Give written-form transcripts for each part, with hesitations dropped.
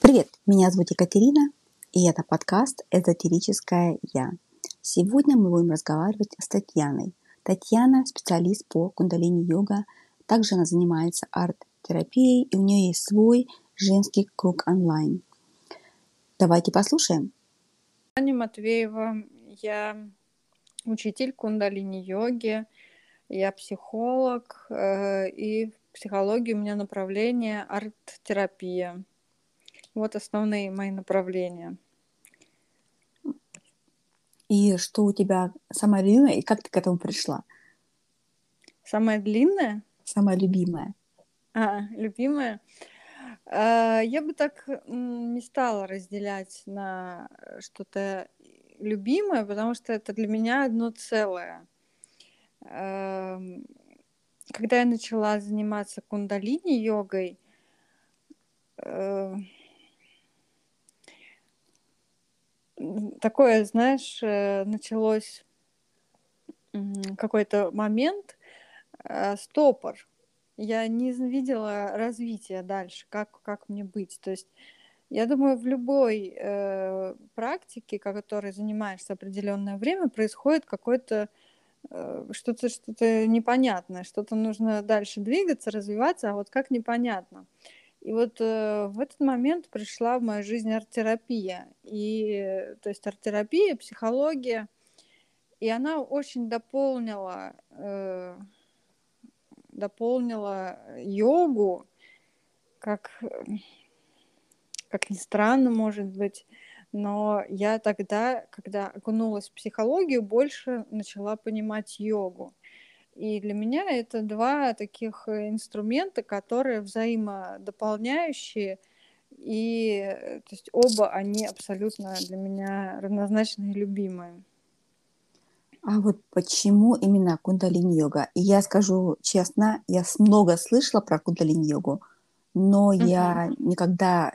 Привет, меня зовут Екатерина, и это подкаст «Эзотерическое Я». Сегодня мы будем разговаривать с Татьяной. Татьяна – специалист по кундалини-йога, также она занимается арт-терапией, и у нее есть свой женский круг онлайн. Давайте послушаем. Аня Матвеева, я учитель кундалини-йоги, я психолог, и в психологии у меня направление арт-терапия. Вот основные мои направления. И что у тебя самое любимое, и как ты к этому пришла? Самое длинное? Самое любимое. Любимое? Я бы так не стала разделять на что-то любимое, потому что это для меня одно целое. Когда я начала заниматься кундалини-йогой, такое, знаешь, началось какой-то момент, стопор. Я не видела развития дальше, как мне быть. То есть я думаю, в любой практике, которой занимаешься определенное время, происходит какое-то что-то непонятное, что-то нужно дальше двигаться, развиваться, а вот как непонятно. И вот в этот момент пришла в мою жизнь арт-терапия. То есть арт-терапия, психология, и она очень дополнила йогу, как ни странно, может быть. Но я тогда, когда окунулась в психологию, больше начала понимать йогу. И для меня это два таких инструмента, которые взаимодополняющие, и то есть оба они абсолютно для меня равнозначные и любимые. А вот почему именно кундалини-йога? И я скажу честно, я много слышала про кундалини-йогу, но я никогда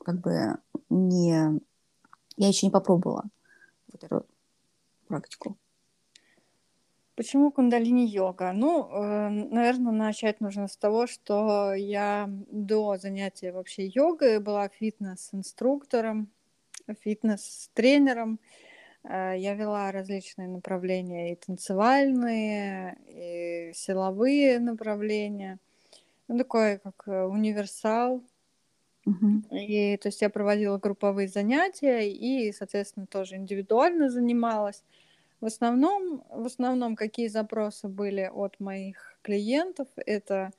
я еще не попробовала вот эту практику. Почему кундалини-йога? Наверное, начать нужно с того, что я до занятия вообще йогой была фитнес-инструктором, фитнес-тренером. Я вела различные направления, и танцевальные, и силовые направления. Такой как универсал. И то есть я проводила групповые занятия и, соответственно, тоже индивидуально занималась. В основном, какие запросы были от моих клиентов, это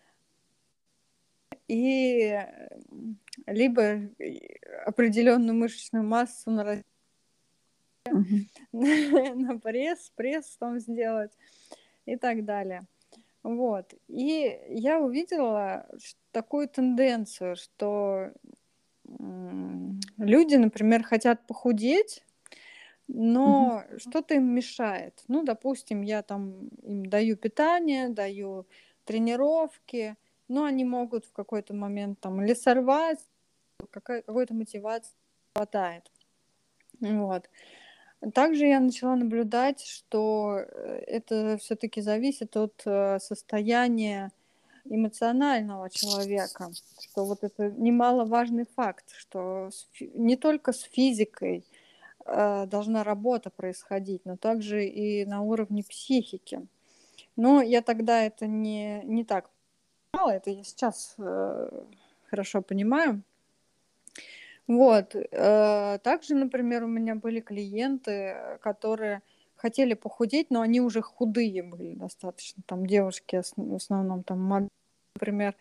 и либо определенную мышечную массу на пресс там сделать и так далее. Вот. И я увидела такую тенденцию, что люди, например, хотят похудеть, но что-то им мешает. Ну, допустим, я там им даю питание, даю тренировки, но они могут в какой-то момент там или сорвать, какой-то мотивации не хватает. Вот. Также я начала наблюдать, что это все-таки зависит от состояния эмоционального человека, что вот это немаловажный факт, что не только с физикой должна работа происходить, но также и на уровне психики. Но я тогда это не так понимала, это я сейчас хорошо понимаю. Вот. Также, например, у меня были клиенты, которые хотели похудеть, но они уже худые были достаточно. Там девушки в основном, там, например,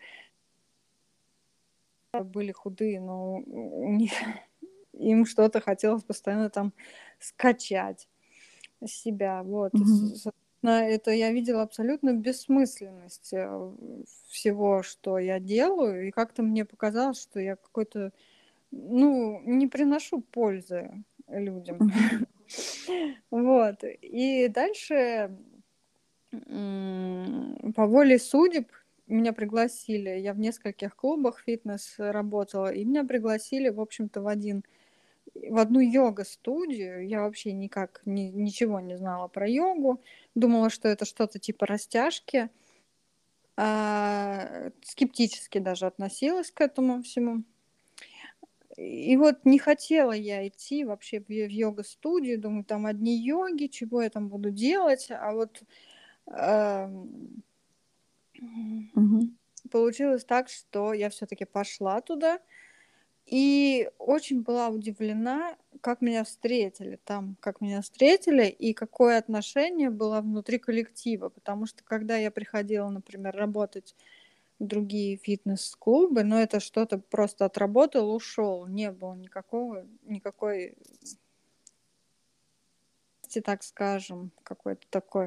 были худые, но у них им что-то хотелось постоянно там скачать себя. Вот. Это я видела абсолютно бессмысленность всего, что я делаю, и как-то мне показалось, что я какой-то, не приношу пользы людям. Вот. И дальше по воле судеб меня пригласили, я в нескольких клубах фитнес работала, и меня пригласили, в общем-то, в одну йога-студию. Я вообще ничего не знала про йогу, думала, что это что-то типа растяжки, скептически даже относилась к этому всему. И вот не хотела я идти вообще в йога-студию, думаю, там одни йоги, чего я там буду делать, а вот ам, Мгм. получилось так, что я все-таки пошла туда и очень была удивлена, как меня встретили там, как меня встретили и какое отношение было внутри коллектива, потому что когда я приходила, например, работать в другие фитнес-клубы, но это что-то просто отработал, ушел, не было никакой, так скажем, какой-то такой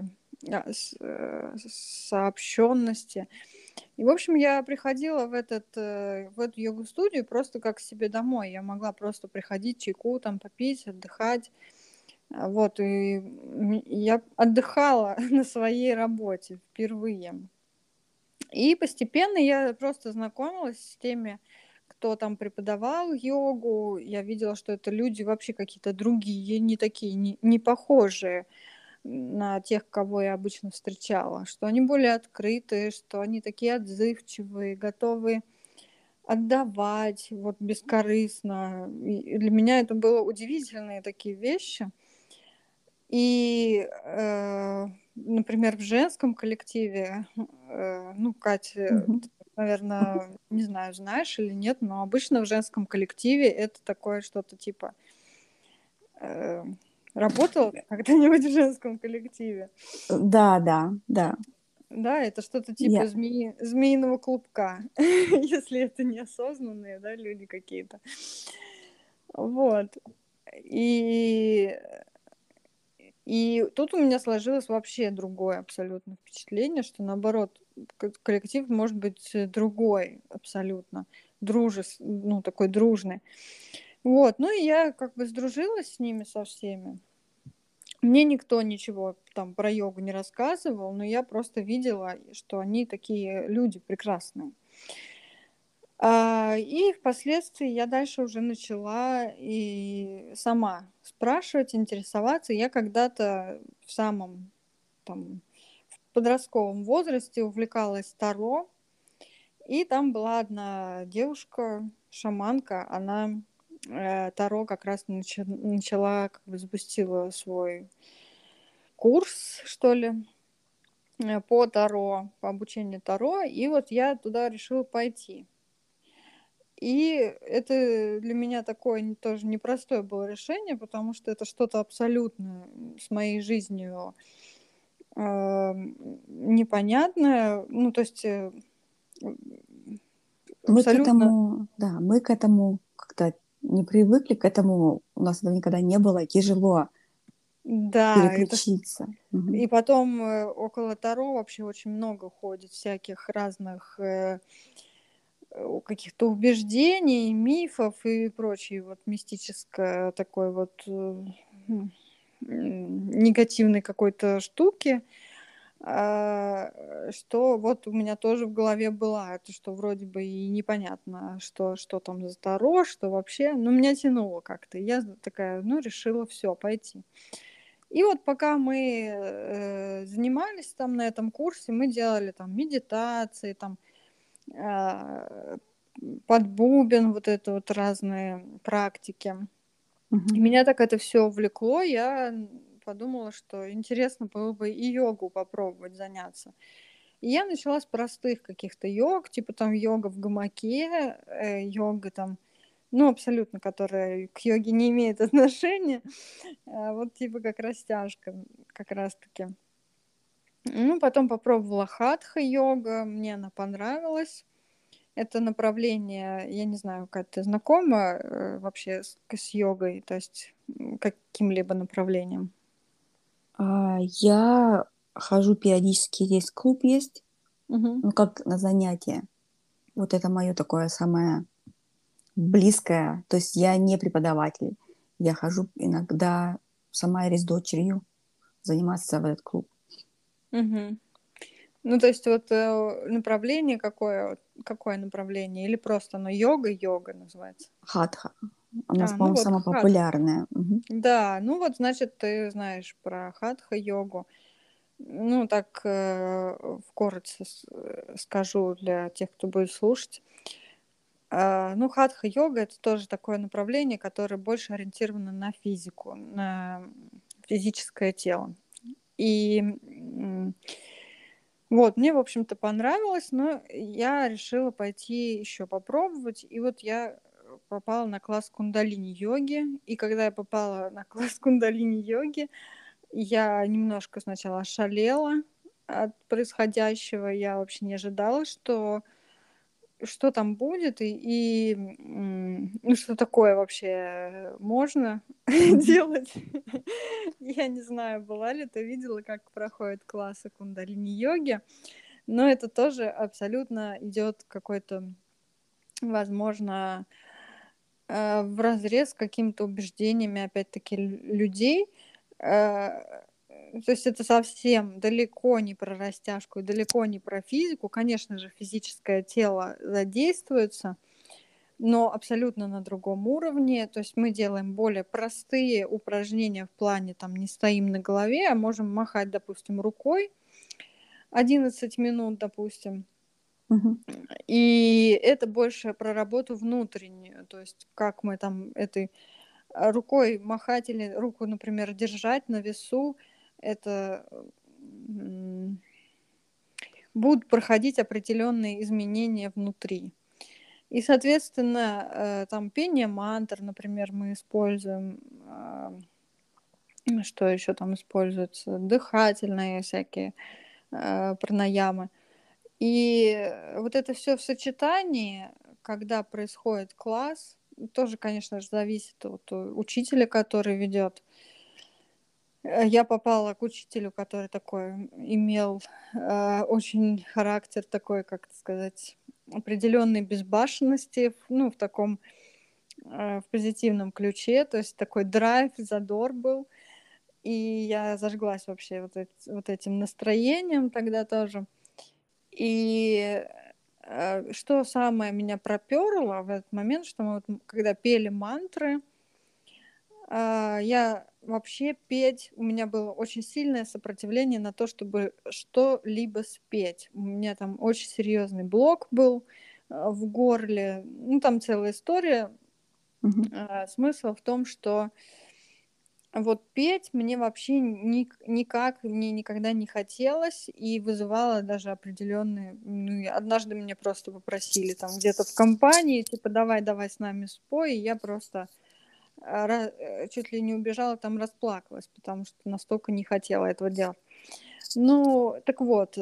сообщенности. И, в общем, я приходила в эту йогу-студию просто как к себе домой. Я могла просто приходить, чайку там попить, отдыхать. Вот, и я отдыхала на своей работе впервые. И постепенно я просто знакомилась с теми, кто там преподавал йогу. Я видела, что это люди вообще какие-то другие, не такие, не похожие на тех, кого я обычно встречала, что они более открытые, что они такие отзывчивые, готовы отдавать вот бескорыстно. И для меня это было удивительные такие вещи. И, например, в женском коллективе, ну, Катя, Мгм. наверное, не знаю, знаешь или нет, но обычно в женском коллективе это такое что-то типа э, работала ты когда-нибудь в женском коллективе? Да, да, да. Да, это что-то Я, типа змеиного клубка, если это неосознанные, да, люди какие-то. Вот. И, и тут у меня сложилось вообще другое абсолютно впечатление, что наоборот, коллектив может быть другой абсолютно, ну, такой дружный. Вот, ну и я как бы сдружилась с ними со всеми. Мне никто ничего там про йогу не рассказывал, но я просто видела, что они такие люди прекрасные. И впоследствии я дальше уже начала и сама спрашивать, интересоваться. Я когда-то в самом там в подростковом возрасте увлекалась Таро, и там была одна девушка, шаманка, она Таро как раз начала, как бы запустила свой курс, что ли, по Таро, по обучению Таро, и вот я туда решила пойти. И это для меня такое тоже непростое было решение, потому что это что-то абсолютно с моей жизнью непонятное. Ну, то есть мы к абсолютно, этому, да, мы к этому как-то не привыкли, к этому у нас этого никогда не было, тяжело да, переключиться. Мгм. и потом около Таро вообще очень много ходит всяких разных каких-то убеждений, мифов и прочей вот мистической такой вот негативной какой-то штуки, что вот у меня тоже в голове была, это что вроде бы и непонятно, что там за Таро, что вообще, но меня тянуло как-то. И я такая, ну, решила все пойти. И вот пока мы занимались там на этом курсе, мы делали там медитации, там а, под бубен, вот это вот разные практики. И Мгм. меня так это все увлекло, я подумала, что интересно было бы и йогу попробовать заняться. И я начала с простых каких-то йог, типа там йога в гамаке, йога там, ну, абсолютно, которая к йоге не имеет отношения, вот типа как растяжка как раз-таки. Ну, потом попробовала хатха-йога, мне она понравилась. Это направление, я не знаю, как ты знакома вообще с йогой, то есть каким-либо направлением? Я хожу периодически, здесь клуб есть, Мгм. ну, как на занятия. Вот это мое такое самое близкое. То есть я не преподаватель. Я хожу иногда сама или с дочерью заниматься в этот клуб. Мгм. Ну, то есть вот направление какое направление? Или просто оно йога называется? Хатха. У нас, Ну по-моему, вот самая популярная. Мгм. да, ну вот значит ты знаешь про хатха-йогу. Ну, так вкратце скажу для тех, кто будет слушать. Ну, хатха-йога — это тоже такое направление, которое больше ориентировано на физику, на физическое тело. И вот, мне, в общем-то, понравилось, но я решила пойти еще попробовать. И вот я попала на класс кундалини-йоги. И когда я попала на класс кундалини-йоги, я немножко сначала ошалела от происходящего. Я вообще не ожидала, что там будет ну, что такое вообще можно Мгм. делать. Я не знаю, была ли ты, видела, как проходят классы кундалини-йоги, но это тоже абсолютно идет какой-то, возможно, вразрез с какими-то убеждениями, опять-таки, людей. Э, То есть это совсем далеко не про растяжку, и далеко не про физику. Конечно же, физическое тело задействуется, но абсолютно на другом уровне. То есть мы делаем более простые упражнения в плане, там, не стоим на голове, а можем махать, допустим, рукой 11 минут, допустим. Мгм. И это больше про работу внутреннюю, то есть как мы там этой рукой махать или руку, например, держать на весу, это будут проходить определенные изменения внутри. И, соответственно, там пение мантр, например, мы используем. Что еще там используется? Дыхательные всякие пранаямы. И вот это все в сочетании, когда происходит класс, тоже, конечно же, зависит от учителя, который ведет. Я попала к учителю, который такой имел очень характер такой, как это сказать, определенной безбашенности, ну, в таком в позитивном ключе, то есть такой драйв, задор был. И я зажглась вообще вот этим настроением тогда тоже. И что самое меня проперло в этот момент, что мы вот, когда пели мантры, я вообще петь, у меня было очень сильное сопротивление на то, чтобы что-либо спеть. У меня там очень серьезный блок был в горле. Ну, там целая история. Мгм. Смысл в том, что вот петь мне вообще никак, мне никогда не хотелось и вызывало даже определенные. Ну, и однажды меня просто попросили там где-то в компании, типа, давай с нами спой, и я просто чуть ли не убежала, там расплакалась, потому что настолько не хотела этого делать. Ну, так вот,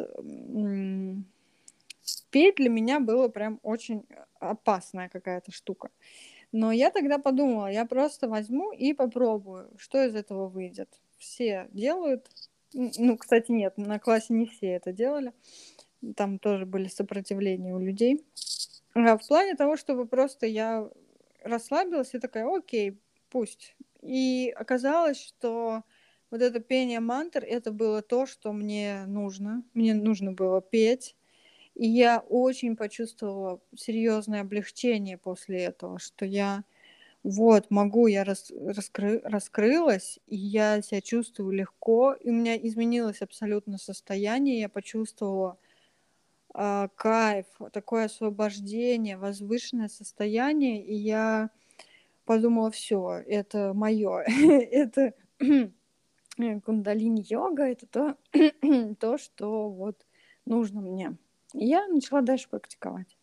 петь для меня было прям очень опасная какая-то штука. Но я тогда подумала, я просто возьму и попробую, что из этого выйдет. Все делают. Ну, кстати, нет, на классе не все это делали. Там тоже были сопротивления у людей. А в плане того, чтобы просто я расслабилась и такая, окей, пусть. И оказалось, что вот это пение мантр, это было то, что мне нужно. Мне нужно было петь. И я очень почувствовала серьезное облегчение после этого, что я вот могу, я раскрылась, и я себя чувствую легко, и у меня изменилось абсолютно состояние, я почувствовала кайф, такое освобождение, возвышенное состояние, и я подумала, все, это мое, это кундалини-йога, это то, то, что вот нужно мне. И я начала дальше практиковать.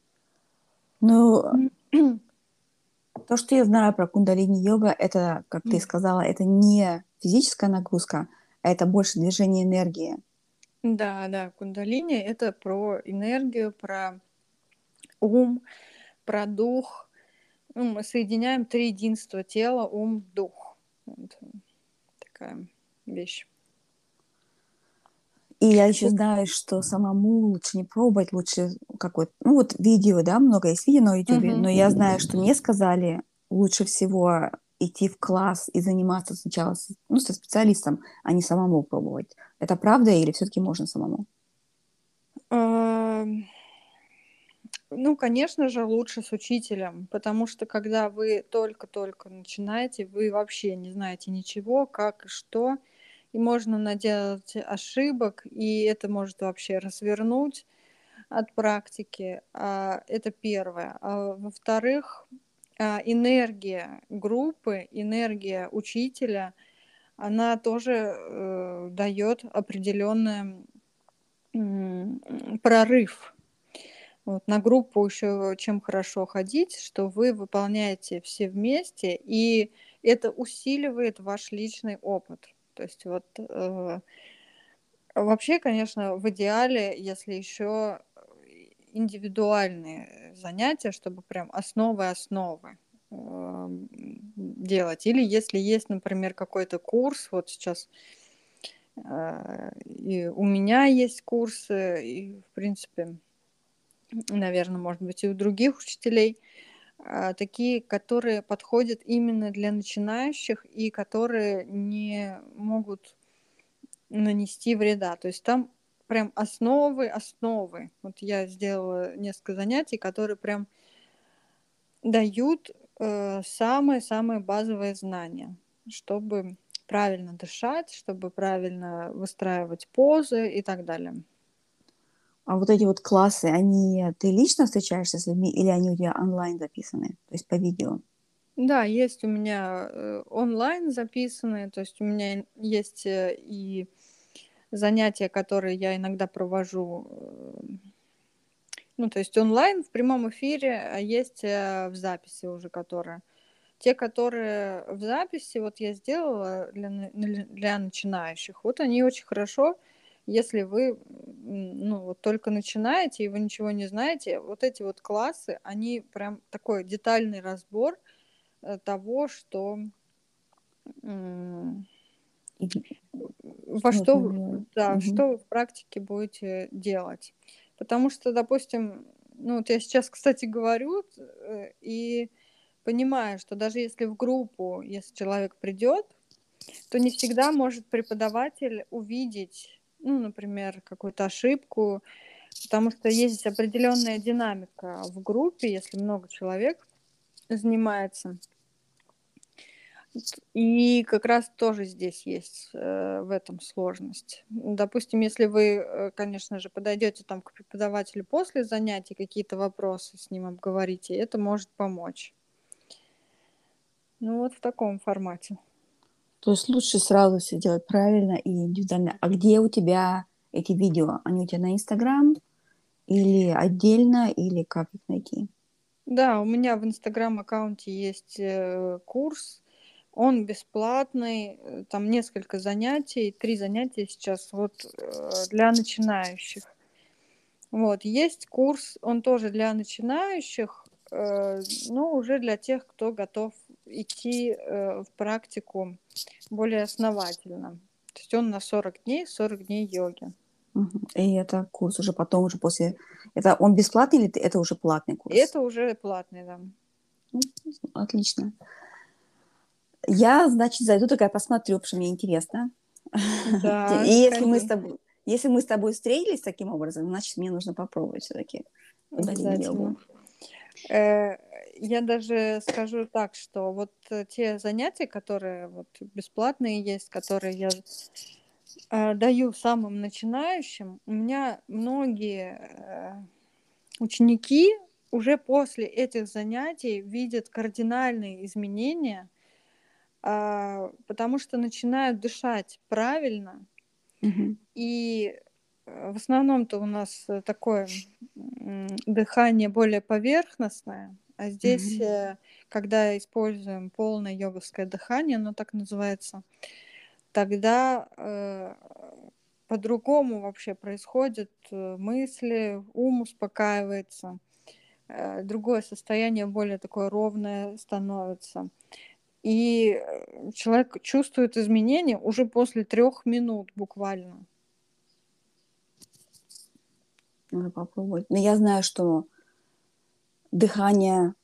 Ну, то, что я знаю про кундалини-йога, это, как ты сказала, это не физическая нагрузка, а это больше движение энергии. Да, да, кундалини — это про энергию, про ум, про дух. Ну, мы соединяем три единства: тело, ум, дух. Вот такая вещь. И я еще знаю, что самому лучше не пробовать, лучше какое-то, ну вот видео, да, много есть видео на ютубе, Мгм. но я знаю, что мне сказали лучше всего идти в класс и заниматься сначала ну, со специалистом, а не самому пробовать. Это правда или все-таки можно самому? Ам, Ну, конечно же, лучше с учителем, потому что когда вы только-только начинаете, вы вообще не знаете ничего, как и что, и можно наделать ошибок, и это может вообще развернуть. от практики. Это первое. Во-вторых, энергия группы, энергия учителя, она тоже дает определенный прорыв. Вот, на группу еще чем хорошо ходить, что вы выполняете все вместе, и это усиливает ваш личный опыт. То есть вот вообще, конечно, в идеале, если еще индивидуальные занятия, чтобы прям основы делать. Или если есть, например, какой-то курс, вот сейчас и у меня есть курсы, и, в принципе, наверное, может быть, и у других учителей, такие, которые подходят именно для начинающих и которые не могут нанести вреда. То есть там прям основы. Вот я сделала несколько занятий, которые прям дают самые-самые базовые знания, чтобы правильно дышать, чтобы правильно выстраивать позы и так далее. А вот эти вот классы, ты лично встречаешься с людьми или они у тебя онлайн записаны, то есть по видео? Да, есть у меня онлайн записанные, то есть у меня есть и занятия, которые я иногда провожу, ну, то есть онлайн в прямом эфире, а есть в записи уже, которые. Те, которые в записи, вот я сделала для начинающих, вот они очень хорошо, если вы, ну, вот только начинаете и вы ничего не знаете, вот эти вот классы, они прям такой детальный разбор того, что И во что нужно что, делать? да, Мгм. что вы в практике будете делать. Потому что, допустим, ну, вот я сейчас, кстати, говорю, и понимаю, что даже если в группу, если человек придет, то не всегда может преподаватель увидеть, ну, например, какую-то ошибку, потому что есть определенная динамика в группе, если много человек занимается. И как раз тоже здесь есть в этом сложность. Допустим, если вы, конечно же, подойдете там к преподавателю после занятий, какие-то вопросы с ним обговорите, это может помочь. Ну вот в таком формате. То есть лучше сразу все делать правильно и индивидуально. А где у тебя эти видео? Они у тебя на Инстаграм или отдельно, или как их найти? Да, у меня в Инстаграм аккаунте есть курс, он бесплатный, там несколько занятий, 3 занятия сейчас вот для начинающих. Вот, есть курс, он тоже для начинающих, но уже для тех, кто готов идти в практику более основательно. То есть он на 40 дней йоги. Мгм. И это курс уже потом, уже после... Это он бесплатный или это уже платный курс? Это уже платный, да. Ну, отлично. Я, значит, зайду такая, посмотрю, потому что мне интересно. И Да, если заходи. если мы с тобой встретились таким образом, значит, мне нужно попробовать все-таки Обязательно. кундалини-йогу. Э, я даже скажу так, что вот те занятия, которые вот бесплатные есть, которые я даю самым начинающим, у меня многие ученики уже после этих занятий видят кардинальные изменения, потому что начинают дышать правильно. Мгм. И в основном-то у нас такое дыхание более поверхностное, а здесь, Мгм. когда используем полное йоговское дыхание, оно так называется, тогда по-другому вообще происходят мысли, ум успокаивается, другое состояние более такое ровное становится. И человек чувствует изменения уже после 3 минут буквально. Надо попробовать. Но я знаю, что дыхание...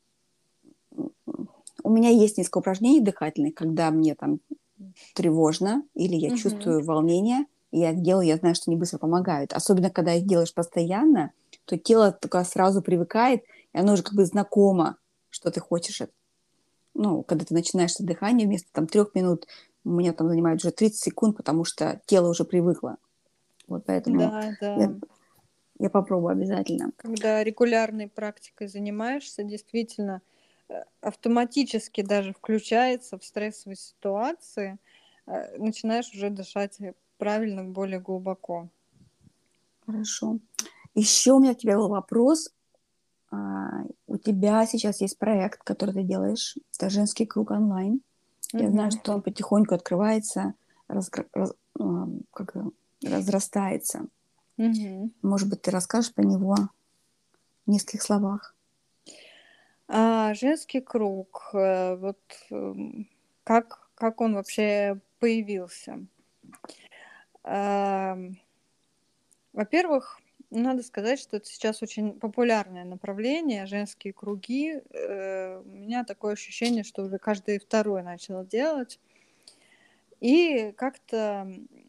У меня есть несколько упражнений дыхательных, когда мне там тревожно или я Мгм. чувствую волнение, и я их делаю, я знаю, что они быстро помогают. Особенно, когда их делаешь постоянно, то тело только сразу привыкает, и оно уже как бы знакомо, что ты хочешь. Ну, когда ты начинаешь с дыхания, вместо там 3 минут у меня там занимает уже 30 секунд, потому что тело уже привыкло. Вот поэтому Да, я, да. Я попробую обязательно. Когда регулярной практикой занимаешься, действительно автоматически даже включается в стрессовые ситуации, начинаешь уже дышать правильно, более глубоко. Хорошо. Еще у меня к тебе был вопрос. У тебя сейчас есть проект, который ты делаешь. Это «Женский круг онлайн». Я знаю, Мгм. что он потихоньку открывается, как разрастается. Мгм. Может быть, ты расскажешь про него в нескольких словах? Женский круг, вот как он вообще появился? Ам, Во-первых, надо сказать, что это сейчас очень популярное направление, женские круги. У меня такое ощущение, что уже каждый второй начал делать. И как-то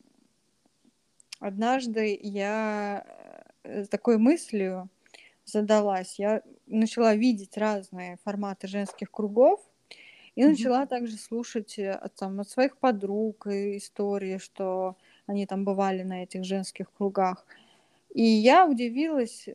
однажды я с такой мыслью задалась. Я начала видеть разные форматы женских кругов и Мгм. начала также слушать от своих подруг истории, что они там бывали на этих женских кругах. И я удивилась,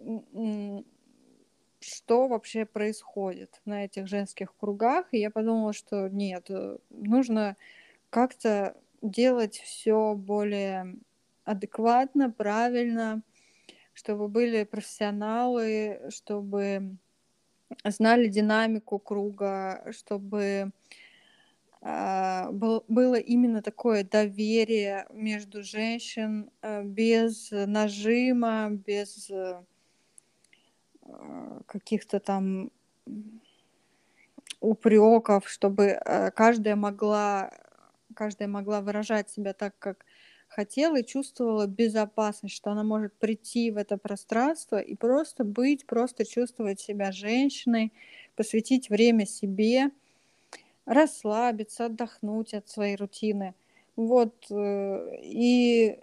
что вообще происходит на этих женских кругах. И я подумала, что нет, нужно как-то делать все более адекватно, правильно, чтобы были профессионалы, чтобы знали динамику круга, чтобы было именно такое доверие между женщин, без нажима, без каких-то там упреков, чтобы каждая могла выражать себя так, как хотела, и чувствовала безопасность, что она может прийти в это пространство и просто быть, просто чувствовать себя женщиной, посвятить время себе, расслабиться, отдохнуть от своей рутины. Вот, и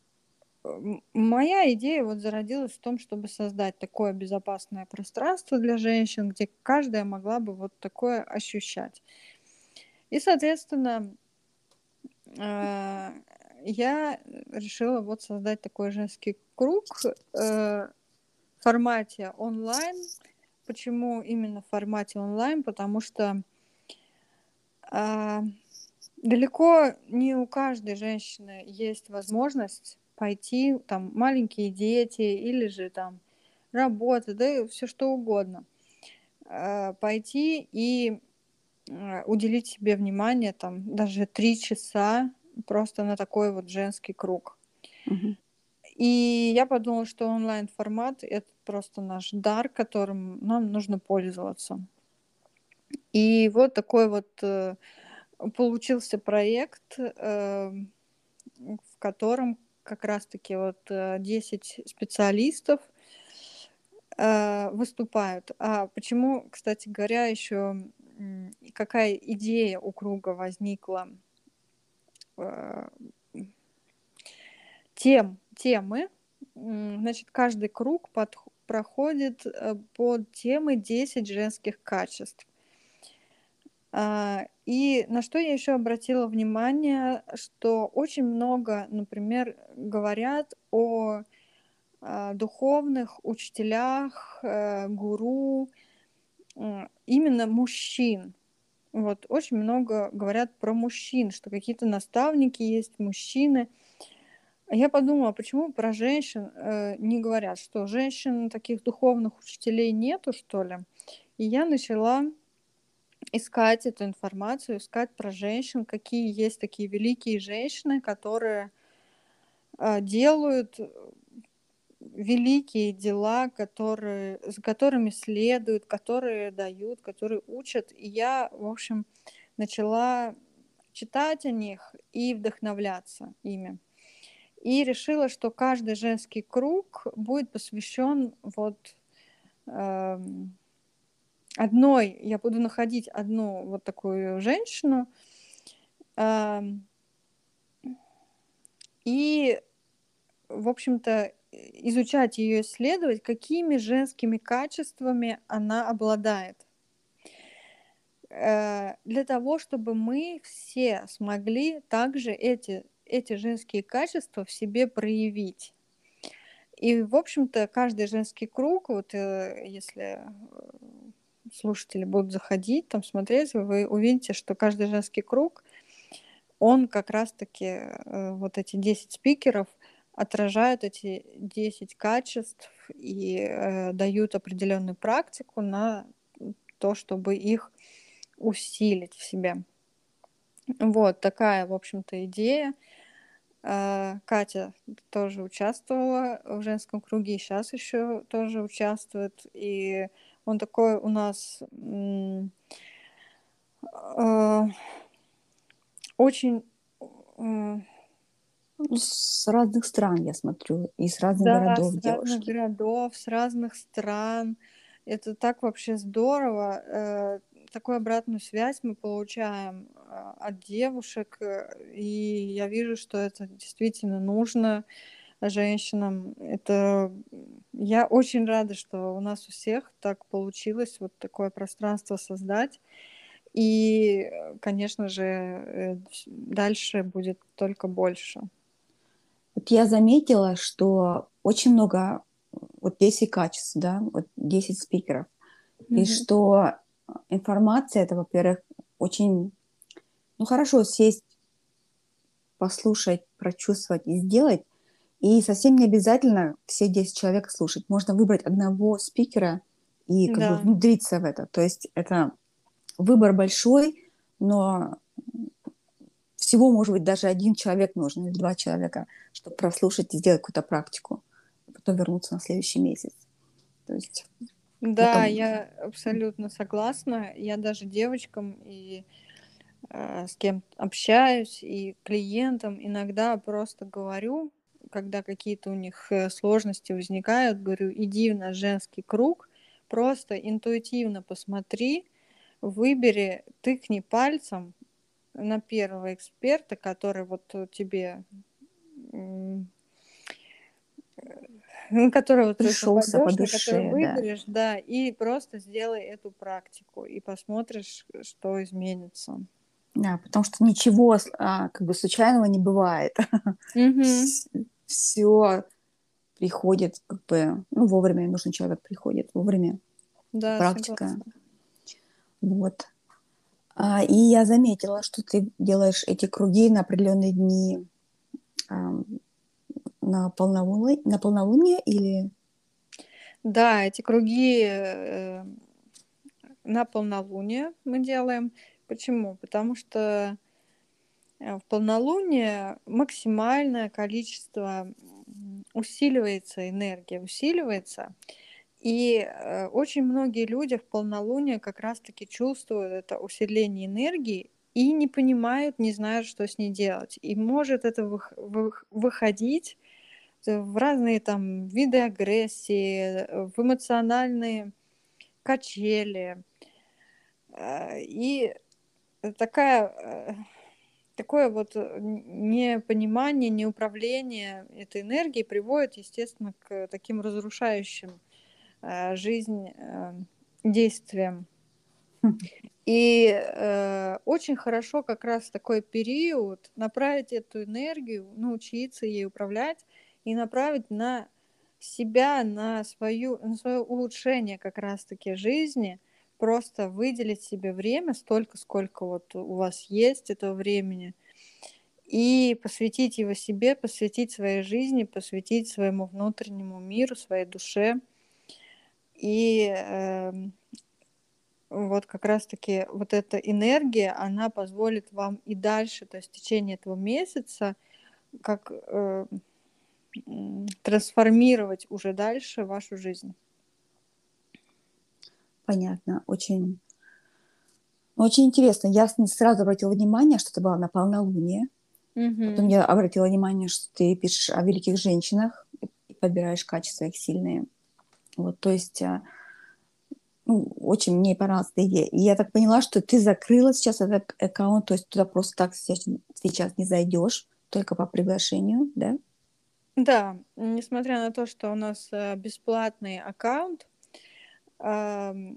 моя идея вот зародилась в том, чтобы создать такое безопасное пространство для женщин, где каждая могла бы вот такое ощущать. И, соответственно, а, я решила вот создать такой женский круг в формате онлайн. Почему именно в формате онлайн? Потому что а, далеко не у каждой женщины есть возможность пойти, там, маленькие дети или же там работа, да, все что угодно, пойти и уделить себе внимание, там, даже 3 часа просто на такой вот женский круг. Мгм. И я подумала, что онлайн-формат — это просто наш дар, которым нам нужно пользоваться. И вот такой вот получился проект, в котором как раз-таки вот 10 специалистов выступают. А почему, кстати говоря, еще какая идея у круга возникла? Э, темы. Значит, каждый круг проходит под темы 10 женских качеств. И на что я еще обратила внимание, что очень много, например, говорят о духовных учителях, гуру, именно мужчин. Вот очень много говорят про мужчин, что какие-то наставники есть, мужчины. А я подумала, почему про женщин не говорят, что женщин таких духовных учителей нету, что ли? И я начала искать эту информацию, искать про женщин, какие есть такие великие женщины, которые делают великие дела, за которыми следуют, которые дают, которые учат. И я, в общем, начала читать о них и вдохновляться ими. И решила, что каждый женский круг будет посвящен вот эм, одной, я буду находить одну вот такую женщину, эм, и, в общем-то, изучать ее, исследовать, какими женскими качествами она обладает. Для того, чтобы мы все смогли также эти женские качества в себе проявить. И, в общем-то, каждый женский круг, вот если слушатели будут заходить, там смотреть, вы увидите, что каждый женский круг, он как раз-таки, вот эти 10 спикеров отражают эти 10 качеств и дают определенную практику на то, чтобы их усилить в себе. Вот такая, в общем-то, идея. Катя тоже участвовала в женском круге, и сейчас еще тоже участвует. И он такой у нас очень... Ну, с разных стран, я смотрю, и с разных Да, городов с разных девушки. городов, с разных стран. Это так вообще здорово. Такую обратную связь мы получаем от девушек, и я вижу, что это действительно нужно женщинам. Это я очень рада, что у нас у всех так получилось вот такое пространство создать. И, конечно же, дальше будет только больше. Вот я заметила, что очень много, вот 10 качеств, да, вот 10 спикеров, и Мгм. что информация это, во-первых, очень, ну, хорошо сесть, послушать, прочувствовать и сделать, и совсем не обязательно все 10 человек слушать. Можно выбрать одного спикера и как бы Да. внедриться в это. То есть это выбор большой, но всего, может быть, даже один человек нужен или два человека, чтобы прослушать и сделать какую-то практику, а потом вернуться на следующий месяц. То есть Да, это... я абсолютно согласна. Я даже девочкам и с кем общаюсь, и клиентам иногда просто говорю, когда какие-то у них сложности возникают, говорю, иди в наш женский круг, просто интуитивно посмотри, выбери, тыкни пальцем на первого эксперта, который вот тебе на который вот ты пришелся по попадешь, на который душе, да. выберешь, да, и просто сделай эту практику, и посмотришь, что изменится. Да, потому что ничего как бы случайного не бывает. Мгм. Все приходит как бы, ну, вовремя нужный человек приходит, вовремя Да, практика. согласна. Вот. И я заметила, что ты делаешь эти круги на определенные дни ам, на полнолуние или... Да, эти круги на полнолуние мы делаем. Почему? Потому что в полнолуние максимальное количество усиливается энергия, усиливается. И очень многие люди в полнолуние как раз-таки чувствуют это усиление энергии и не понимают, не знают, что с ней делать. И может это выходить в разные там виды агрессии, в эмоциональные качели. И такая, такое вот непонимание, неуправление этой энергией приводит, естественно, к таким разрушающим жизнь действиям. И очень хорошо как раз в такой период направить эту энергию, научиться ей управлять и направить на себя, на свое улучшение как раз-таки жизни, просто выделить себе время, столько, сколько вот у вас есть этого времени, и посвятить его себе, посвятить своей жизни, посвятить своему внутреннему миру, своей душе. И вот как раз-таки вот эта энергия, она позволит вам и дальше, то есть в течение этого месяца, как трансформировать уже дальше вашу жизнь. Понятно, очень, очень интересно. Я не сразу обратила внимание, что это было на полнолуние. Потом Мгм. я обратила внимание, что ты пишешь о великих женщинах и подбираешь качества их сильные. Вот, то есть ну, очень мне понравилась эта идея. И я так поняла, что ты закрыла сейчас этот аккаунт, то есть туда просто так сейчас не зайдешь, только по приглашению, да? Да, несмотря на то, что у нас бесплатный аккаунт, ам,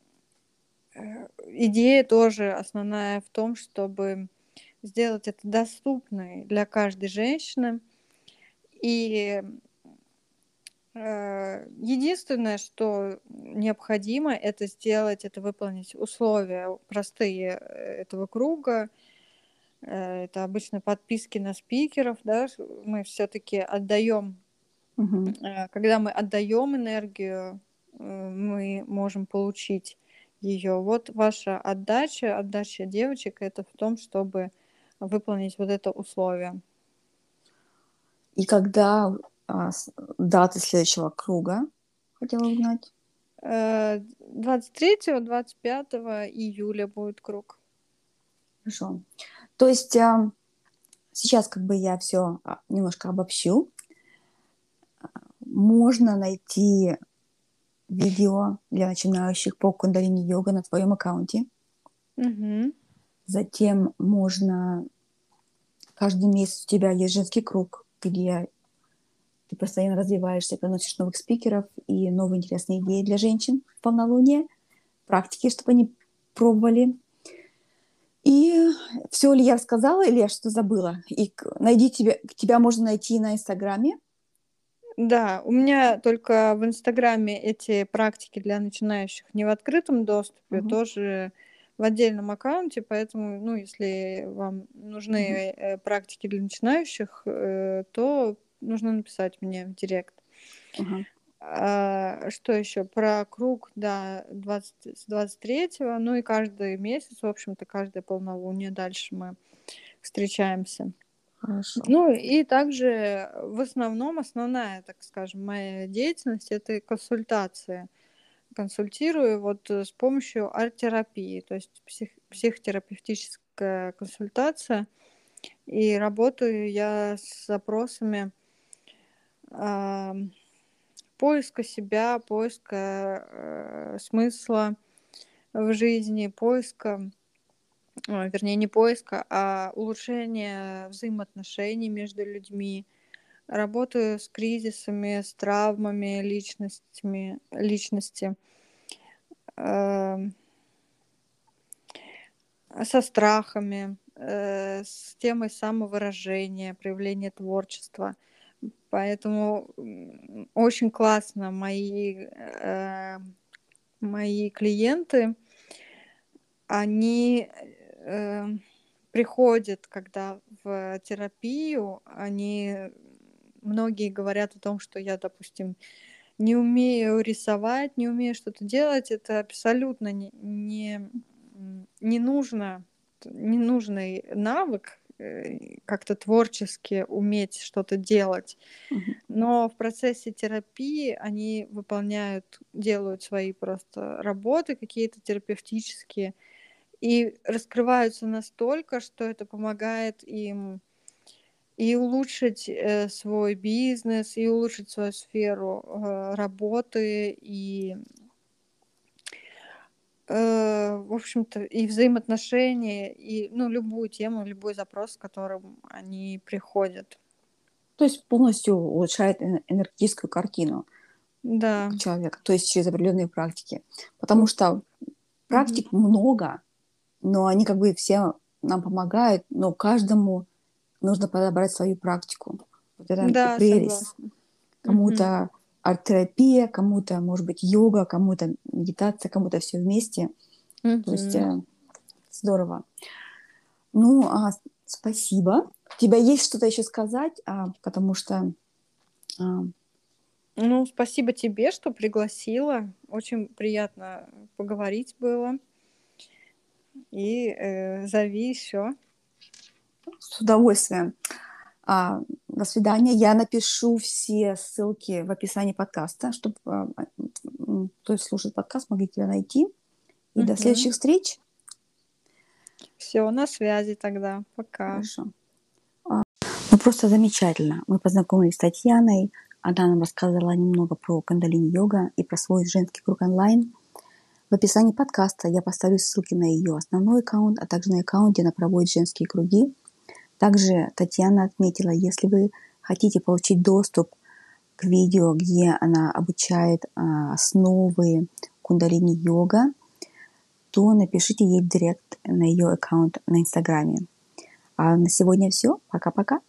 идея тоже основная в том, чтобы сделать это доступной для каждой женщины. И Единственное, что необходимо, это сделать, это выполнить условия простые этого круга. Это обычно подписки на спикеров, да, мы все-таки отдаем, Мгм. когда мы отдаем энергию, мы можем получить ее. Вот ваша отдача девочек, это в том, чтобы выполнить вот это условие. И когда даты следующего круга, хотела узнать. 23-25 июля будет круг. Хорошо. То есть сейчас как бы я все немножко обобщу. Можно найти видео для начинающих по кундалини-йога на твоем аккаунте. Угу. Затем можно... Каждый месяц у тебя есть женский круг, где ты постоянно развиваешься, приносишь новых спикеров и новые интересные идеи для женщин в полнолуние, практики, чтобы они пробовали. И все ли я рассказала, или я что-то забыла? И тебя можно найти на Инстаграме. Да, у меня только в Инстаграме эти практики для начинающих не в открытом доступе, Мгм, тоже в отдельном аккаунте, поэтому, ну, если вам мгм, нужны практики для начинающих, то нужно написать мне в директ. ага. Что еще? Про круг, да, с 23-го, ну и каждый месяц, в общем-то, каждое полнолуние дальше мы встречаемся. Хорошо. Ну и также в основном основная, так скажем, моя деятельность это консультация. Консультирую вот с помощью арт-терапии, то есть психотерапевтическая консультация. И работаю я с запросами а, поиска себя, поиска смысла в жизни, поиска, вернее, не поиска, а улучшения взаимоотношений между людьми. Работаю с кризисами, с травмами личности, эм, со страхами, с темой самовыражения, проявления творчества. Поэтому очень классно мои клиенты, они приходят, когда в терапию, многие говорят о том, что я, допустим, не умею рисовать, не умею что-то делать, это абсолютно не нужно, ненужный навык, как-то творчески уметь что-то делать. Мгм. Но в процессе терапии они делают свои просто работы какие-то терапевтические и раскрываются настолько, что это помогает им и улучшить свой бизнес, и улучшить свою сферу работы, и, в общем-то, и взаимоотношения, и ну, любую тему, любой запрос, с которым они приходят. То есть полностью улучшает энергетическую картину Да. человека, то есть через определенные практики. Потому что Мгм. практик много, но они как бы все нам помогают, но каждому нужно подобрать свою практику. Вот это Да, прелесть. согласна. Мгм. Кому-то арт-терапия, кому-то, может быть, йога, кому-то медитация, кому-то все вместе. То есть Мгм. здорово. Ну, спасибо. У тебя есть что-то еще сказать? Потому что... а, Ну, спасибо тебе, что пригласила. Очень приятно поговорить было. И зови еще. с удовольствием. До свидания. Я напишу все ссылки в описании подкаста, чтобы кто слушает подкаст, могли тебя найти. И до следующих встреч. Все, на связи тогда. Пока. Хорошо. Ну, просто замечательно. Мы познакомились с Татьяной. Она нам рассказала немного про кундалини-йога и про свой женский круг онлайн. В описании подкаста я поставлю ссылки на ее основной аккаунт, а также на аккаунт, где она проводит женские круги. Также Татьяна отметила, если вы хотите получить доступ к видео, где она обучает основы кундалини-йога, то напишите ей в директ на ее аккаунт на Инстаграме. А на сегодня все. Пока-пока.